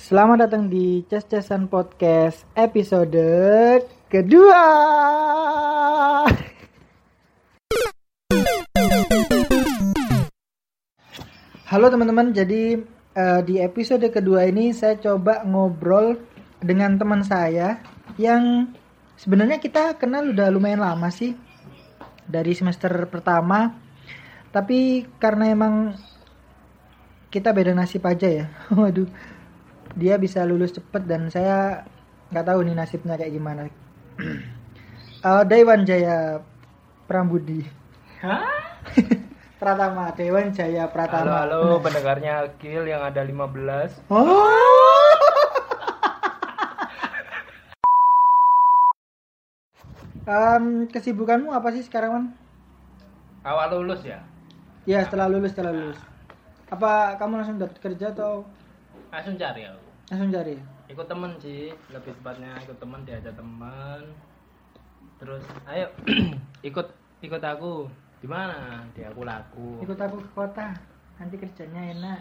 Selamat datang di Ces-Cesan Podcast episode kedua. Halo teman-teman, jadi di episode kedua ini saya coba ngobrol dengan teman saya yang sebenarnya kita kenal udah lumayan lama sih, dari semester pertama. Tapi karena emang kita beda nasib aja ya. Waduh, dia bisa lulus cepet dan saya nggak tahu nih nasibnya kayak gimana. Dewan Jaya Prambudi. Hah? Pratama, Dewan Jaya Pratama. Halo, pendengarnya Akil yang ada 15. Oh. Kesibukanmu apa sih sekarang, Man? Awal lulus ya? Ya, setelah lulus. Apa kamu langsung dapat kerja atau Langsung cari aku. langsung cari? Ikut temen sih, lebih tepatnya ikut temen, diajak temen. Terus, ayo ikut aku. Di mana? Di aku laku. Ikut aku ke kota, nanti kerjanya enak.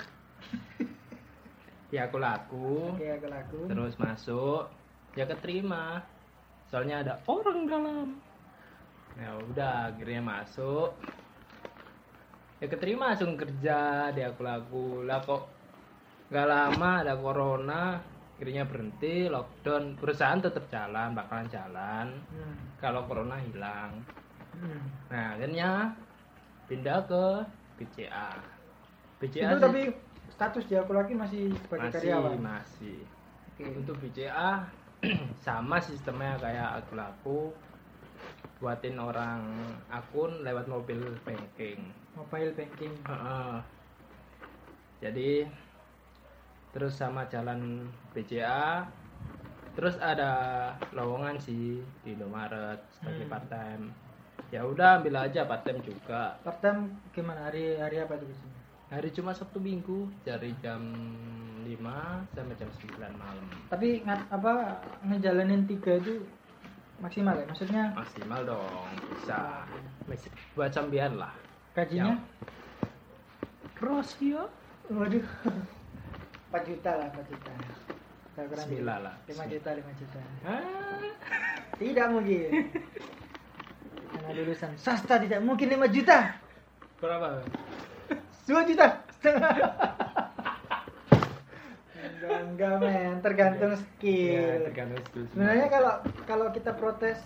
Di aku laku. Oke, aku laku. Terus masuk, ya keterima. Soalnya ada orang dalam. Ya udah, akhirnya masuk. Ya keterima langsung kerja di aku laku. Lah kok nggak lama ada corona, akhirnya berhenti, lockdown. Perusahaan tetap jalan, bakalan jalan. Kalau corona hilang. Nah, akhirnya pindah ke BCA. BCA Itu tapi status di aku lagi masih sebagai karyawan. masih. Oke. Untuk BCA sama sistemnya kayak aku laku, buatin orang akun lewat mobile banking. Mobile banking. Jadi terus sama jalan BCA, terus ada lowongan sih di Indomaret sebagai part time. Ya udah ambil aja part time juga. Part time gimana, hari apa itu biasanya? Hari cuma Sabtu Minggu dari jam 5 sampai jam 9 malam. Tapi ngejalanin 3 itu maksimal ya? Maksudnya Maksimal dong, bisa. Buat sambian lah. gajinya? Cross ya. Waduh. 4 juta lah, 4 juta. Kurang Bismillah lah. 5 juta. Ah. Tidak mungkin. Karena lulusan sastra tidak mungkin 5 juta. Berapa? 2 juta setengah. Enggak men, tergantung skill. Ya, tergantung skill. Sebenarnya kalau kita protes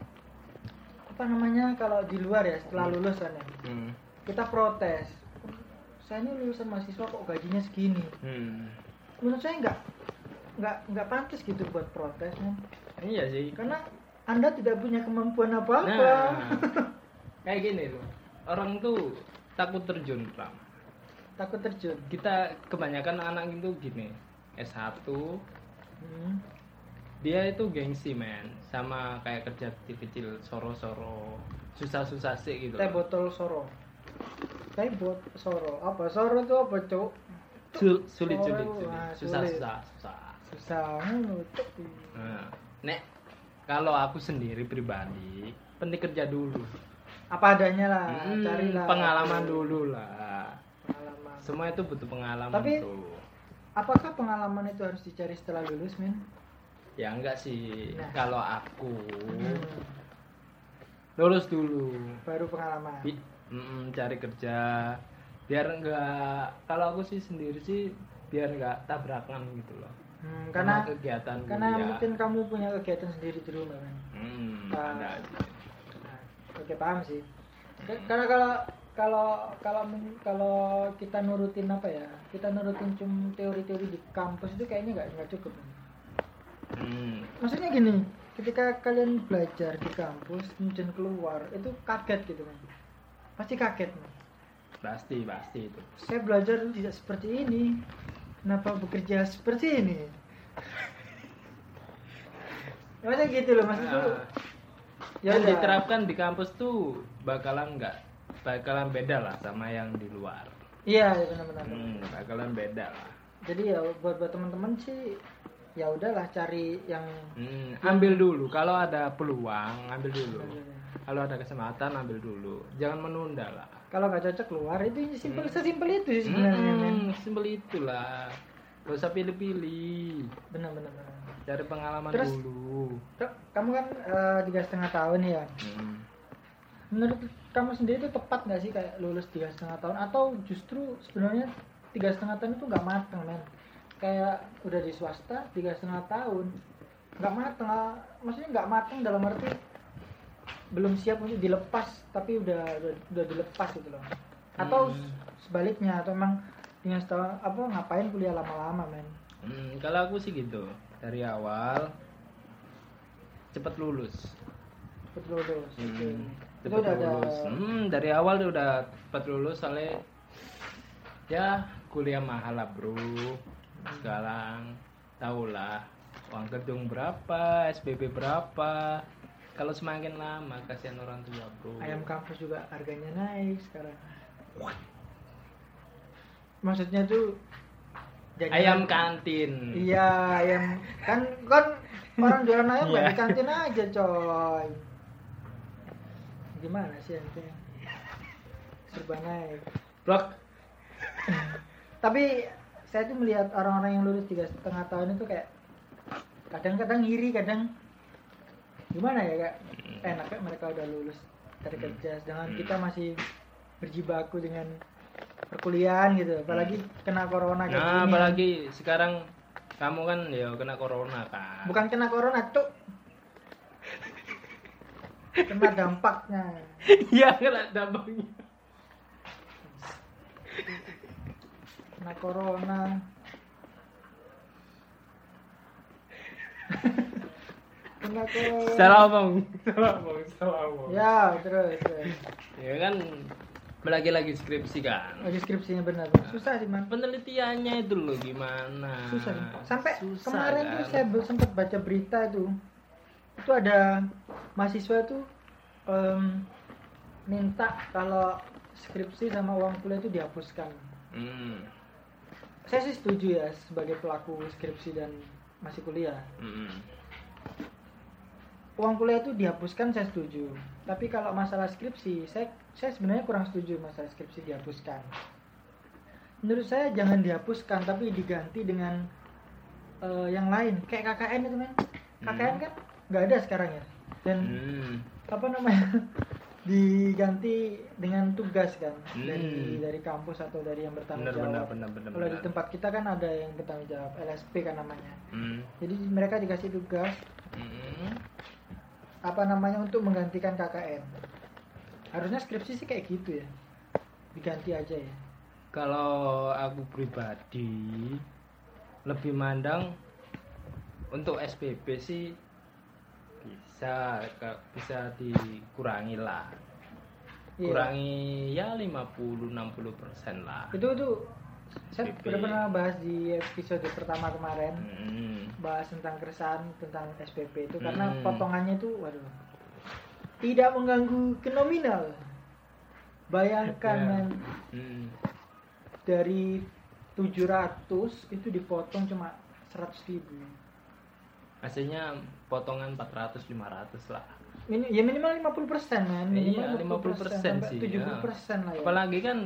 kalau di luar ya setelah lulus kan ya, kita protes, saya ini lulusan mahasiswa kok gajinya segini. Menurut saya nggak pantas gitu buat protes, man. Iya sih. Karena Anda tidak punya kemampuan apa-apa. Nah, kayak gini loh. Orang tuh takut terjun, Pram. Takut terjun. Kita kebanyakan anak itu gini, S1 dia itu gengsi men, sama kayak kerja kecil soro-soro, susah-susah sih gitu. Teh botol soro. Apa? Soro itu apa, Cuk? Sulit. Wah, Susah. Susah nutup. Nah, nek kalau aku sendiri pribadi, penting kerja dulu. Apa adanya lah, carilah. Pengalaman dulu lah. Pengalaman. Semua itu butuh pengalaman. Tapi tuh. Apakah pengalaman itu harus dicari setelah lulus, men? Ya enggak sih. Nah. Kalau aku lulus dulu, Baru pengalaman. cari kerja. Biar enggak, kalau aku sih sendiri sih biar enggak tabrakan gitu loh. Karena kegiatan karena kuliah. mungkin kamu punya kegiatan sendiri di rumah kan. Ada aja. Oke, paham sih. Karena kalau kita nurutin kita nurutin cuma teori-teori di kampus itu kayaknya nggak cukup. Maksudnya gini, ketika kalian belajar di kampus kemudian keluar itu kaget gitu kan, pasti kaget man. Pasti itu. Saya belajar tidak seperti ini, kenapa bekerja seperti ini? Maksudnya gitu loh, maksudnya yang diterapkan di kampus tuh bakalan beda lah sama yang di luar. Iya, benar-benar. Bakalan beda lah. Jadi ya buat teman-teman sih ya udahlah cari yang ambil dulu. Kalau ada peluang ambil dulu. Kalau ada kesempatan ambil dulu. Jangan menunda lah. Kalau nggak cocok keluar, itu sesimpel itu sih sebenarnya. Simpel itulah. Gak usah pilih-pilih. Benar. Cari pengalaman Terus, dulu. Kamu kan 3,5 tahun ya. Menurut kamu sendiri itu tepat nggak sih kayak lulus 3,5 tahun, atau justru sebenarnya 3,5 tahun itu nggak mateng men? Kayak udah di swasta 3,5 tahun nggak mateng, maksudnya nggak mateng dalam arti belum siap untuk dilepas, tapi udah dilepas gitu loh. Atau sebaliknya, atau emang dengan setahun apa ngapain kuliah lama-lama men? Kalau aku sih gitu, dari awal cepet lulus. Oke. Itu Cepet udah lulus. Dari awal dia udah cepet lulus, soalnya ya kuliah mahal lah bro. Sekarang tahulah uang gedung berapa, SPP berapa. Kalau semakin lama kasihan orang tua bro. Ayam kampus juga harganya naik sekarang. Maksudnya tuh ayam kantin. Iya, ayam kan orang jualan ayam nggak Iya. di kantin aja coy. Gimana sih ente? Serba naik. Blok. Tapi saya tuh melihat orang-orang yang lulus 3,5 tahun itu kayak kadang-kadang iri, kadang gimana ya, kayak enaknya mereka udah lulus dari kerja, sedangkan kita masih berjibaku dengan perkuliahan gitu, apalagi kena corona kayak Nah, gini. apalagi sekarang kamu kan ya kena corona kan. Bukan kena corona tuh, kena dampaknya. Iya, kena dampaknya. Kena corona. Kena corona. Salah bang. Ya terus. Ya kan lagi skripsi kan. Lagi skripsinya benar. Susah sih man. Penelitiannya itu loh gimana? Susah. Sampai Susah, kemarin kan? tuh saya sempat baca berita itu ada mahasiswa tuh minta kalau skripsi sama uang kuliah itu dihapuskan. Saya sih setuju ya sebagai pelaku skripsi dan masih kuliah. Uang kuliah itu dihapuskan saya setuju. Tapi kalau masalah skripsi, saya sebenarnya kurang setuju masalah skripsi dihapuskan. Menurut saya jangan dihapuskan, tapi diganti dengan yang lain. Kayak KKN itu men. KKN kan nggak ada sekarang ya. Dan apa namanya? Diganti dengan tugas kan dari kampus atau dari yang bertanggung jawab. Benar. Kalau di tempat kita kan ada yang bertanggung jawab, LSP kan namanya. Jadi mereka dikasih tugas apa namanya untuk menggantikan KKN. Harusnya skripsi sih kayak gitu ya, diganti aja ya. Kalau aku pribadi lebih mandang untuk SPP sih bisa dikurangi lah. Iya. Kurangi ya 50-60% lah. Itu saya SPP. udah pernah bahas di episode pertama kemarin, bahas tentang keresahan tentang SPP itu karena potongannya itu waduh tidak mengganggu ke nominal. Bayangkan men, dari 700 itu dipotong cuma 100.000. Hasilnya potongan 400-500 lah. Ya minimal 50% men. Iya, Minimal 50% sampai sih. 70% lah ya. Apalagi kan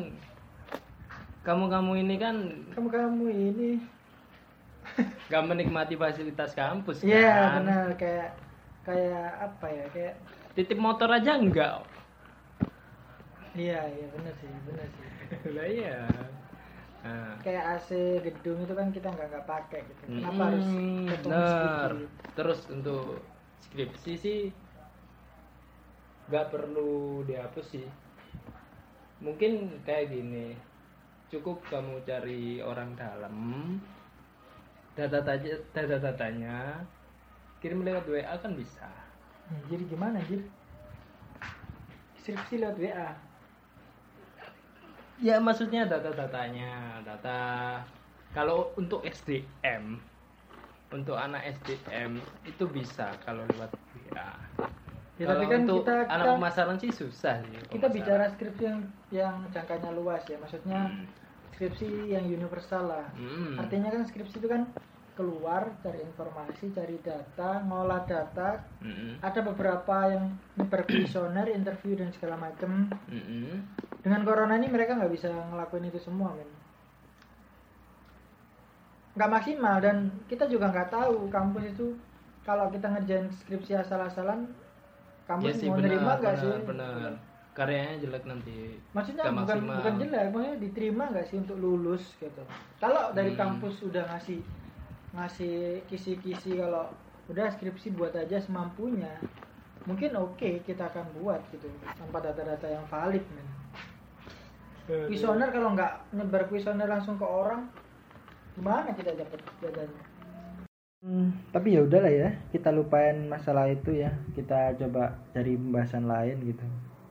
kamu ini kan Kamu ini. gak menikmati fasilitas kampus kan. Iya benar, kayak apa ya, kayak Titip motor aja enggak. iya benar sih. Lah iya. Nah, Kayak AC gedung itu kan kita nggak pakai gitu. Kenapa harus potong bener. sedikit? Terus untuk skripsi sih nggak perlu dihapus sih. Mungkin kayak gini, cukup kamu cari orang dalam, data-datanya kirim lewat WA kan bisa. Jadi gimana Jir? Skripsi lewat WA. Ya maksudnya data-datanya, kalau untuk SDM, untuk anak SDM itu bisa kalau lewat WA. Ya, Kalau tapi kan untuk kita anak pemasaran sih susah sih. kita pemasaran. bicara skripsi yang jangkanya luas ya, maksudnya skripsi yang universal lah. Artinya kan skripsi itu kan keluar, cari informasi, cari data, ngolah data. Ada beberapa yang kuesioner, interview dan segala macam. Dengan corona ini mereka nggak bisa ngelakuin itu semua men. nggak maksimal, dan kita juga nggak tahu kampus itu kalau kita ngerjain skripsi asal-asalan kampus sih, mau nerima nggak sih? bener. Karyanya jelek nanti. Maksudnya Nggak bukan maksimal. bukan jelek, maksudnya diterima nggak sih untuk lulus gitu. Kalau dari Hmm. kampus udah ngasih kisi-kisi kalau udah skripsi buat aja semampunya, mungkin oke, kita akan buat gitu tanpa data-data yang valid, men. Kuesioner kalau nggak nyebar kuesioner langsung ke orang, gimana kita dapat datanya? Tapi ya udahlah ya, kita lupain masalah itu ya. Kita coba cari pembahasan lain gitu.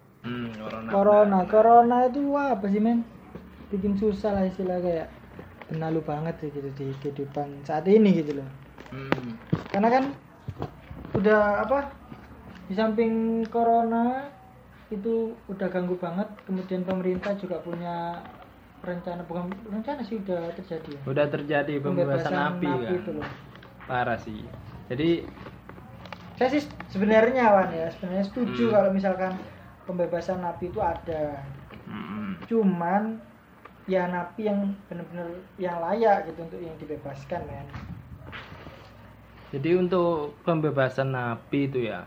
Corona itu wah, apa sih, men? Bikin susah lah istilah, kayak benalu banget sih gitu di kehidupan saat ini gitu loh. Karena kan udah apa, di samping corona itu udah ganggu banget, kemudian pemerintah juga punya rencana, bukan rencana sih, udah terjadi ya. Udah terjadi pembebasan napi kan. Itu loh. Parah sih. Jadi Saya sih sebenarnya sebenarnya setuju kalau misalkan pembebasan napi itu ada. Cuman ya napi yang benar-benar yang layak gitu untuk yang dibebaskan, men. Jadi untuk pembebasan napi itu ya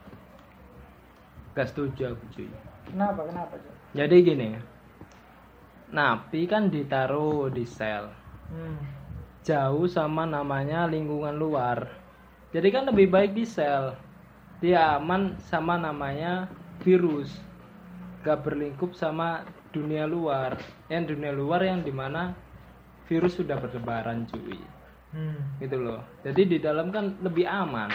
gak setuju aku, cuy. Kenapa cuy? Jadi gini, napi kan ditaruh di sel jauh sama namanya lingkungan luar. Jadi kan lebih baik di sel, dia aman sama namanya virus, gak berlingkup sama dunia luar. Yang dunia luar yang dimana virus sudah bertebaran, cuy. Gitu loh. Jadi di dalam kan lebih aman,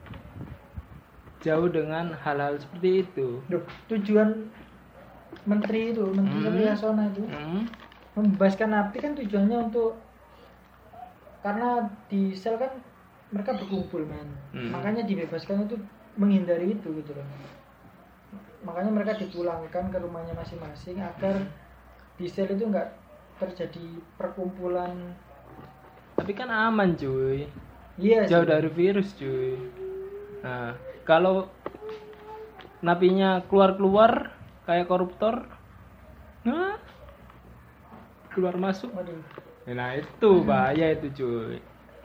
jauh dengan hal-hal seperti itu. Duh, tujuan Menteri Yasona itu membebaskan napi kan tujuannya untuk, karena di sel kan mereka berkumpul, men. Makanya dibebaskan itu menghindari itu gitu loh. Makanya mereka dipulangkan ke rumahnya masing-masing agar di sel itu nggak terjadi perkumpulan. Tapi kan aman, cuy. Iya, jauh sih. dari virus, cuy. Nah, kalau napinya keluar kayak koruptor, keluar masuk, Waduh. nah itu bahaya itu, cuy.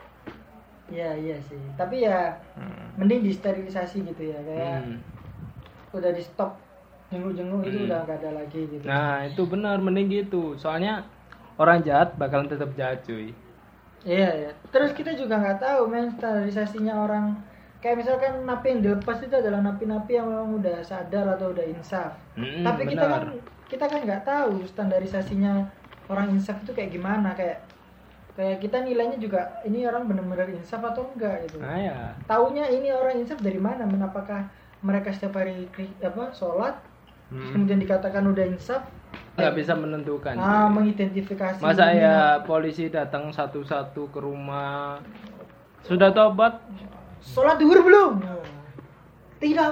Iya sih. Tapi ya mending disterilisasi gitu ya, kayak udah di stop jenguk-jenguk itu udah nggak ada lagi gitu. Nah itu benar, mending gitu. Soalnya orang jahat bakalan tetap jahat, cuy. Iya. Terus kita juga nggak tahu, men, standarisasinya orang. Kayak misalkan napi yang dilepas itu adalah napi-napi yang memang udah sadar atau udah insaf. Tapi kita kan nggak tahu standarisasinya orang insaf itu kayak gimana. Kayak kita nilainya juga ini orang benar-benar insaf atau enggak gitu. Nah ya. Taunya ini orang insaf dari mana? Apakah mereka setiap hari sholat, kemudian dikatakan udah insaf? Nggak bisa menentukan. Mengidentifikasi. Masa ya polisi datang satu-satu ke rumah, sudah tobat? Sholat duhur belum? Tidak.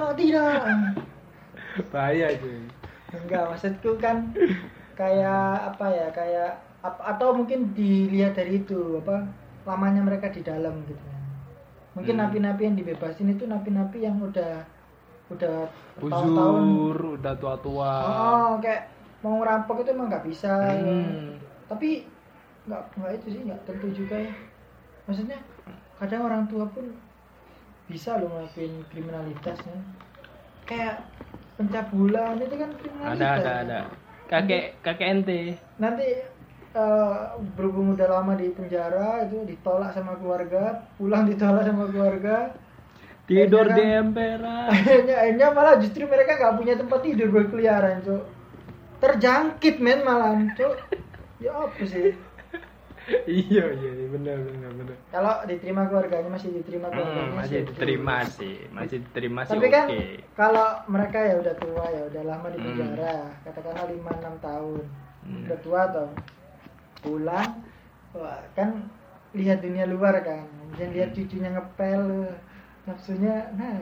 Bahaya, cuy. Enggak, maksudku kan kayak apa ya, atau mungkin dilihat dari itu lamanya mereka di dalam gitu. Mungkin napi-napi yang dibebasin itu napi-napi yang udah tahun-tahun, udah tua-tua. Kayak mau ngerampok itu emang nggak bisa. Tapi nggak itu sih, nggak tentu juga ya. Maksudnya kadang orang tua pun bisa loh ngelakuin kriminalitasnya. Kayak pencabulan itu kan kriminalitas. Ada. Kakek ente. Nanti berhubung udah lama di penjara itu ditolak sama keluarga, pulang ditolak sama keluarga, tidur kan, di emperan. akhirnya malah justru mereka nggak punya tempat tidur, berkeliaran, cuk. Terjangkit, men, malah, cuk. Ya apa sih? Iya benar. Kalau diterima keluarganya masih diterima keluarganya. Masih diterima sih. Tapi kan okay. Kalau mereka ya udah tua, ya udah lama di penjara, katakanlah 5-6 tahun, udah tua atau pulang, wah, kan lihat dunia luar kan, dan lihat cucunya ngepel, nafsunya naik,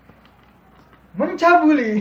mencabuli.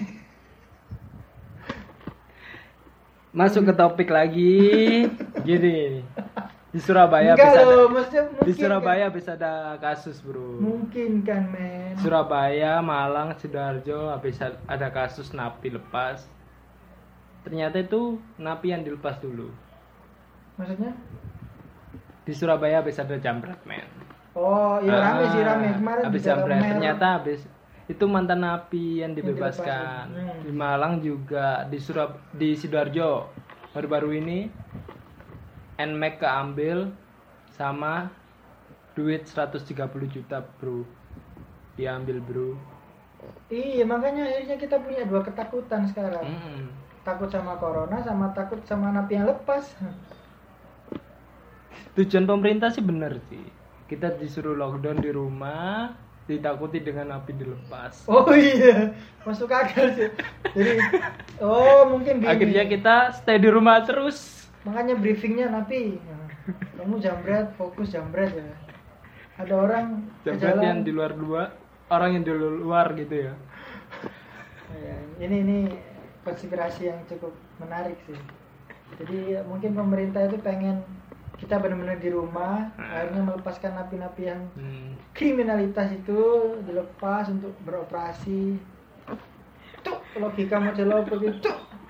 Masuk ke topik lagi, gini. Di Surabaya di Surabaya bisa ada kasus, bro. Mungkin kan, men. Surabaya, Malang, Sidoarjo habis ada kasus napi lepas. Ternyata itu napi yang dilepas dulu. Maksudnya? Di Surabaya habis ada jambret men. Oh iya rame sih rame kemarin habis juga jambret rame. ternyata habis itu mantan napi yang dibebaskan. dilepasin. Di Malang juga, di Sidoarjo baru-baru ini Nmax keambil sama duit 130 juta bro, diambil bro. Iya makanya akhirnya kita punya dua ketakutan sekarang. Takut sama corona sama takut sama napi yang lepas. Tujuan pemerintah sih bener sih, kita disuruh lockdown di rumah, ditakuti dengan napi dilepas. Oh iya masuk akal sih. Jadi mungkin gini. Akhirnya kita stay di rumah terus. Makanya briefingnya napi. Kamu jambret, fokus jambret ya. Ada orang ke Jambret jalan. yang di luar dua, orang yang di luar gitu ya. Ya, ini konspirasi yang cukup menarik sih. Jadi mungkin pemerintah itu pengen kita benar-benar di rumah, akhirnya melepaskan napi-napi yang kriminalitas itu dilepas untuk beroperasi. Tuh logika model apa gitu.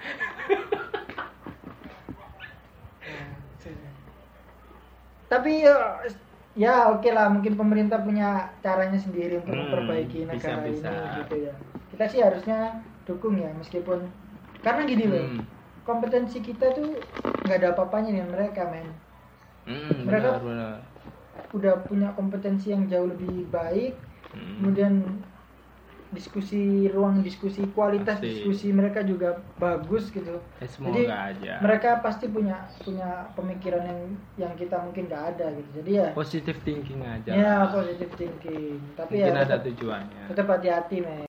Tapi ya oke lah, mungkin pemerintah punya caranya sendiri untuk memperbaiki negara bisa. ini gitu ya. Kita sih harusnya dukung ya, meskipun karena gini loh, kompetensi kita tuh nggak ada apa-apanya dengan mereka men. Mereka benar. udah punya kompetensi yang jauh lebih baik, kemudian ruang diskusi, kualitas pasti. diskusi mereka juga bagus gitu. Semoga Jadi aja. mereka pasti punya pemikiran yang kita mungkin nggak ada gitu. Jadi ya Positive thinking aja. ya positive thinking. Tapi Mungkin ya ada tujuannya. tetap hati-hati men.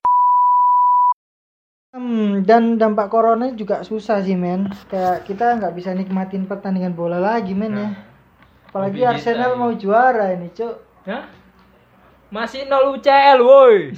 Dan dampak corona juga susah sih men. Kayak kita nggak bisa nikmatin pertandingan bola lagi men ya. Apalagi hobi Arsenal kita mau juara ini cuk. Hah? Masih 0 UCL woi.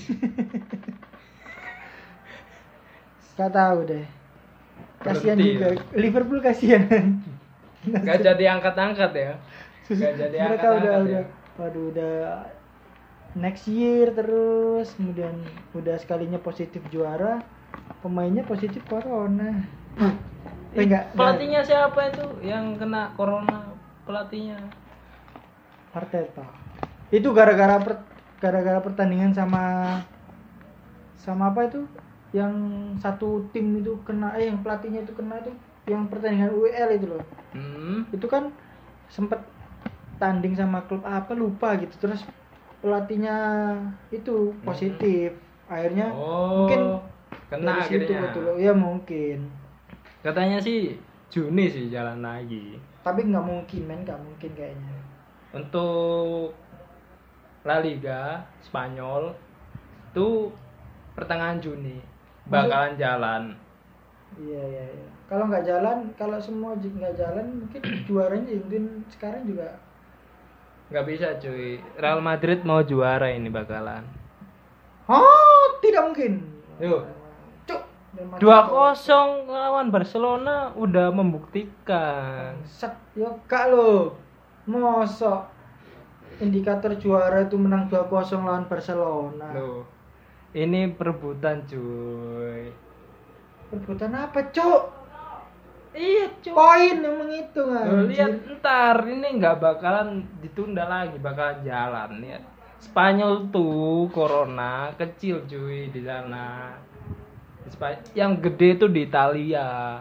Gak tahu deh. Kasihan Berhenti juga ya? Liverpool kasihan. Gak jadi angkat-angkat ya. Gak jadi Mereka angkat-angkat udah waduh udah next year terus, kemudian udah sekalinya positif juara, pemainnya positif corona. Enggak. Pelatihnya siapa itu yang kena corona? Pelatihnya Arteta. Itu gara-gara pertandingan sama apa itu? Yang satu tim itu kena yang pelatihnya itu kena itu yang pertandingan UEL itu loh. Itu kan sempet tanding sama klub apa lupa gitu, terus pelatihnya itu positif. Akhirnya mungkin kena dari situ akhirnya. betul loh. Ya mungkin. Katanya sih Juni sih jalan lagi. Tapi nggak mungkin kayaknya. Untuk La Liga Spanyol itu pertengahan Juni bakalan jalan. Iya. Kalau nggak jalan, kalau semua nggak jalan, mungkin juaranya mungkin sekarang juga Nggak bisa cuy. Real Madrid mau juara ini bakalan. Tidak mungkin. Yuk. Cuk. 2-0 lawan Barcelona udah membuktikan. Set, yo kak lo. Mosok indikator juara itu menang 2-0 lawan Barcelona. Loh. Ini perebutan cuy. Perebutan apa, Cuk? Iya cuy. Poin yang menghitung Loh, lihat ntar ini nggak bakalan ditunda lagi, bakalan jalan. Lihat Spanyol tuh corona kecil cuy di sana. Yang gede tuh di Italia.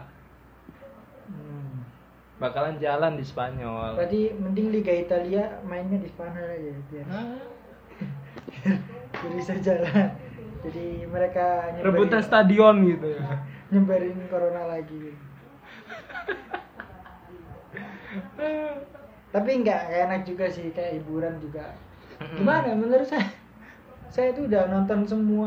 Bakalan jalan di Spanyol. Berarti mending Liga Italia mainnya di Spanyol aja biar bisa jalan. Jadi mereka Rebutan stadion gitu ya. Nyebarin corona lagi. Tapi nggak enak juga sih, kayak hiburan juga. Gimana menurut saya tuh udah nonton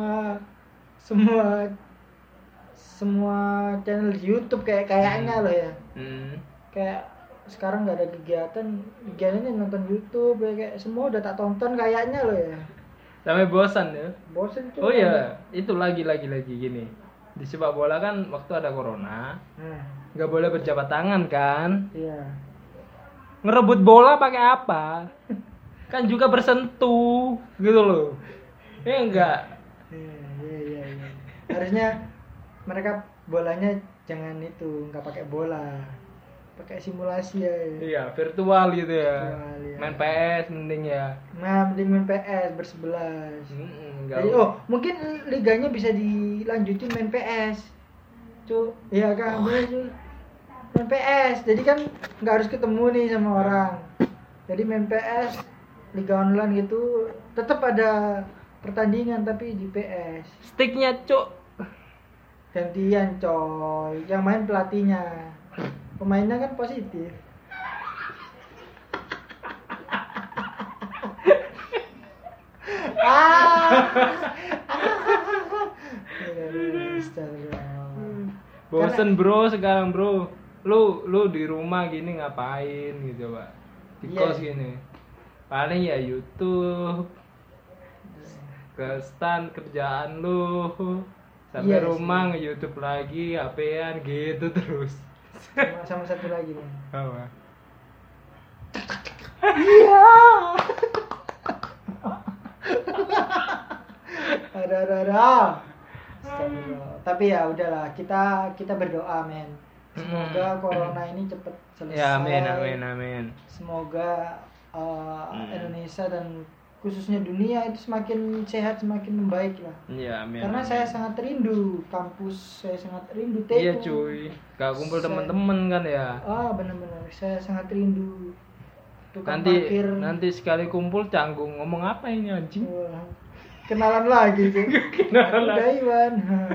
semua channel di YouTube kayaknya loh ya. Kayak sekarang nggak ada kegiatannya nonton YouTube ya, kayak semua udah tak tonton kayaknya loh ya. Sampai bosan ya. Bosan tuh. Oh iya, itu lagi gini. Di sepak bola kan waktu ada corona, nggak boleh berjabat tangan kan? Iya. Ngerebut bola pakai apa? Kan juga bersentuh gitu loh. Ya enggak. Iya. Harusnya mereka bolanya jangan itu, nggak pakai bola. pakai simulasi ya. Iya, virtual gitu ya. Virtual, ya. Main PS mending ya. Nah, mending main PS bersebelas. Enggak. Jadi mungkin liganya bisa dilanjutin main PS. Cuk, iya kan, bener cuy. Main PS, jadi kan nggak harus ketemu nih sama orang. Jadi main PS, liga online gitu, tetap ada pertandingan tapi di PS. Sticknya, Cuk. Gantian coy, yang main pelatihnya. Pemainnya kan positif. Bosen bro sekarang bro. Lu di rumah gini ngapain gitu pak? Di Iya. kos gini. Paling ya YouTube. Ke stand kerjaan lu. Sampai Iya rumah nge-YouTube lagi, HP-an gitu terus. Sama satu lagi nih. Apa? Iya. Ada. Astagfirullah. Tapi ya udahlah, kita berdoa men. Semoga corona ini cepat selesai. Ya amin. Semoga Indonesia dan khususnya dunia itu semakin sehat, semakin membaik lah. Iya amin. Karena saya sangat rindu kampus, saya sangat rindu Tepo. Iya cuy, gak kumpul teman-teman kan ya. Benar-benar saya sangat rindu. Tukang Nanti parkir. nanti sekali kumpul canggung ngomong apa ini anjing? Wah, kenalan lagi tuh. Kenalan. Udah Iwan.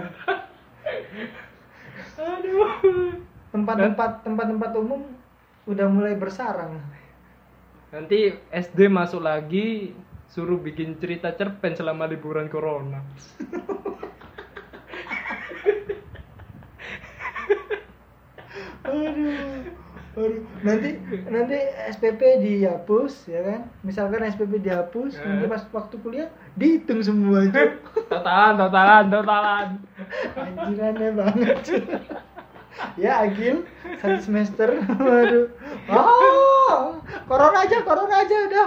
Aduh. Tempat-tempat umum udah mulai bersarang. Nanti SD masuk lagi suruh bikin cerita cerpen selama liburan corona. Aduh. Nanti SPP dihapus ya kan? Misalkan SPP dihapus, nanti pas waktu kuliah dihitung semua aja. Totalan. Anjirannya banget. Ya Agil, 1 semester. Waduh. Corona aja udah.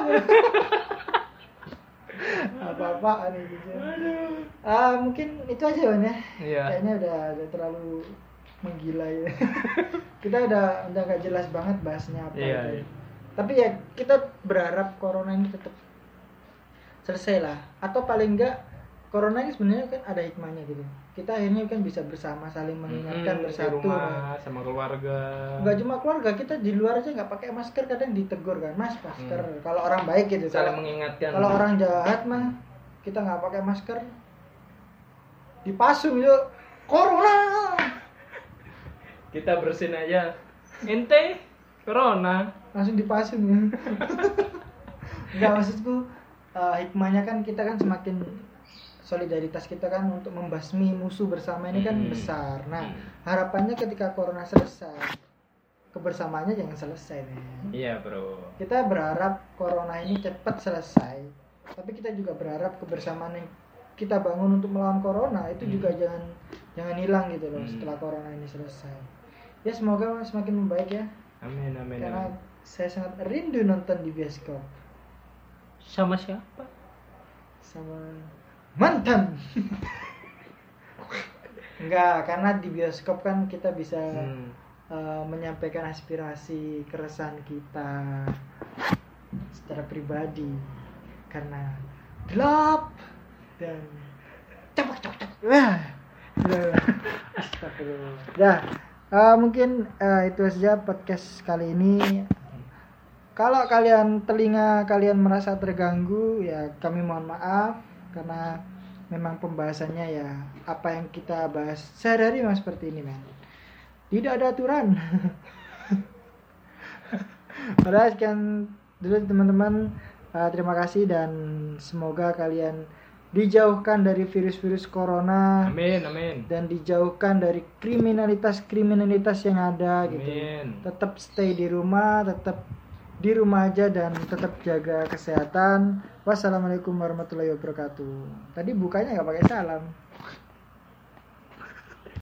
Apa-apaan ini gitu. Mungkin itu aja Wan ya. Iya. Kayaknya udah terlalu menggila ya. Kita udah gak jelas banget bahasnya apa. Iya, gitu. iya. Tapi ya kita berharap corona ini tetap selesai lah. Atau paling enggak corona ini sebenarnya kan ada hikmahnya gitu. Kita akhirnya kan bisa bersama saling mengingatkan bersatu. Di rumah sama keluarga. Enggak cuma keluarga, kita di luar aja nggak pakai masker kadang ditegur kan, Mas masker. Kalau orang baik gitu. Saling mengingatkan. Kalau orang jahat mah kita nggak pakai masker, dipasung yuk corona. Kita bersin aja. Ente corona. Langsung dipasung ya. Enggak maksudku hikmahnya kan kita kan semakin solidaritas kita kan untuk membasmi musuh bersama ini kan besar. Nah, harapannya ketika corona selesai, kebersamaannya jangan selesai, men. Iya, bro. Kita berharap corona ini cepat selesai. Tapi kita juga berharap kebersamaan yang kita bangun untuk melawan corona itu juga jangan hilang gitu loh setelah corona ini selesai. Ya semoga semakin membaik ya. Amin. Karena saya sangat rindu nonton di bioskop. Sama siapa? Sama mantan. Enggak, karena di bioskop kan kita bisa menyampaikan aspirasi keresahan kita secara pribadi karena gelap dan cak. Wah. Astagfirullah. Mungkin itu saja podcast kali ini. Kalau telinga kalian merasa terganggu ya kami mohon maaf karena memang pembahasannya ya apa yang kita bahas sehari-hari memang seperti ini men. Tidak ada aturan. Padahal sekian dulu teman-teman, terima kasih dan semoga kalian dijauhkan dari virus-virus corona. Amin. Dan dijauhkan dari kriminalitas yang ada gitu. Amin. Tetap stay di rumah, tetap di rumah aja dan tetap jaga kesehatan. Wassalamualaikum warahmatullahi wabarakatuh. Tadi bukanya nggak pakai salam.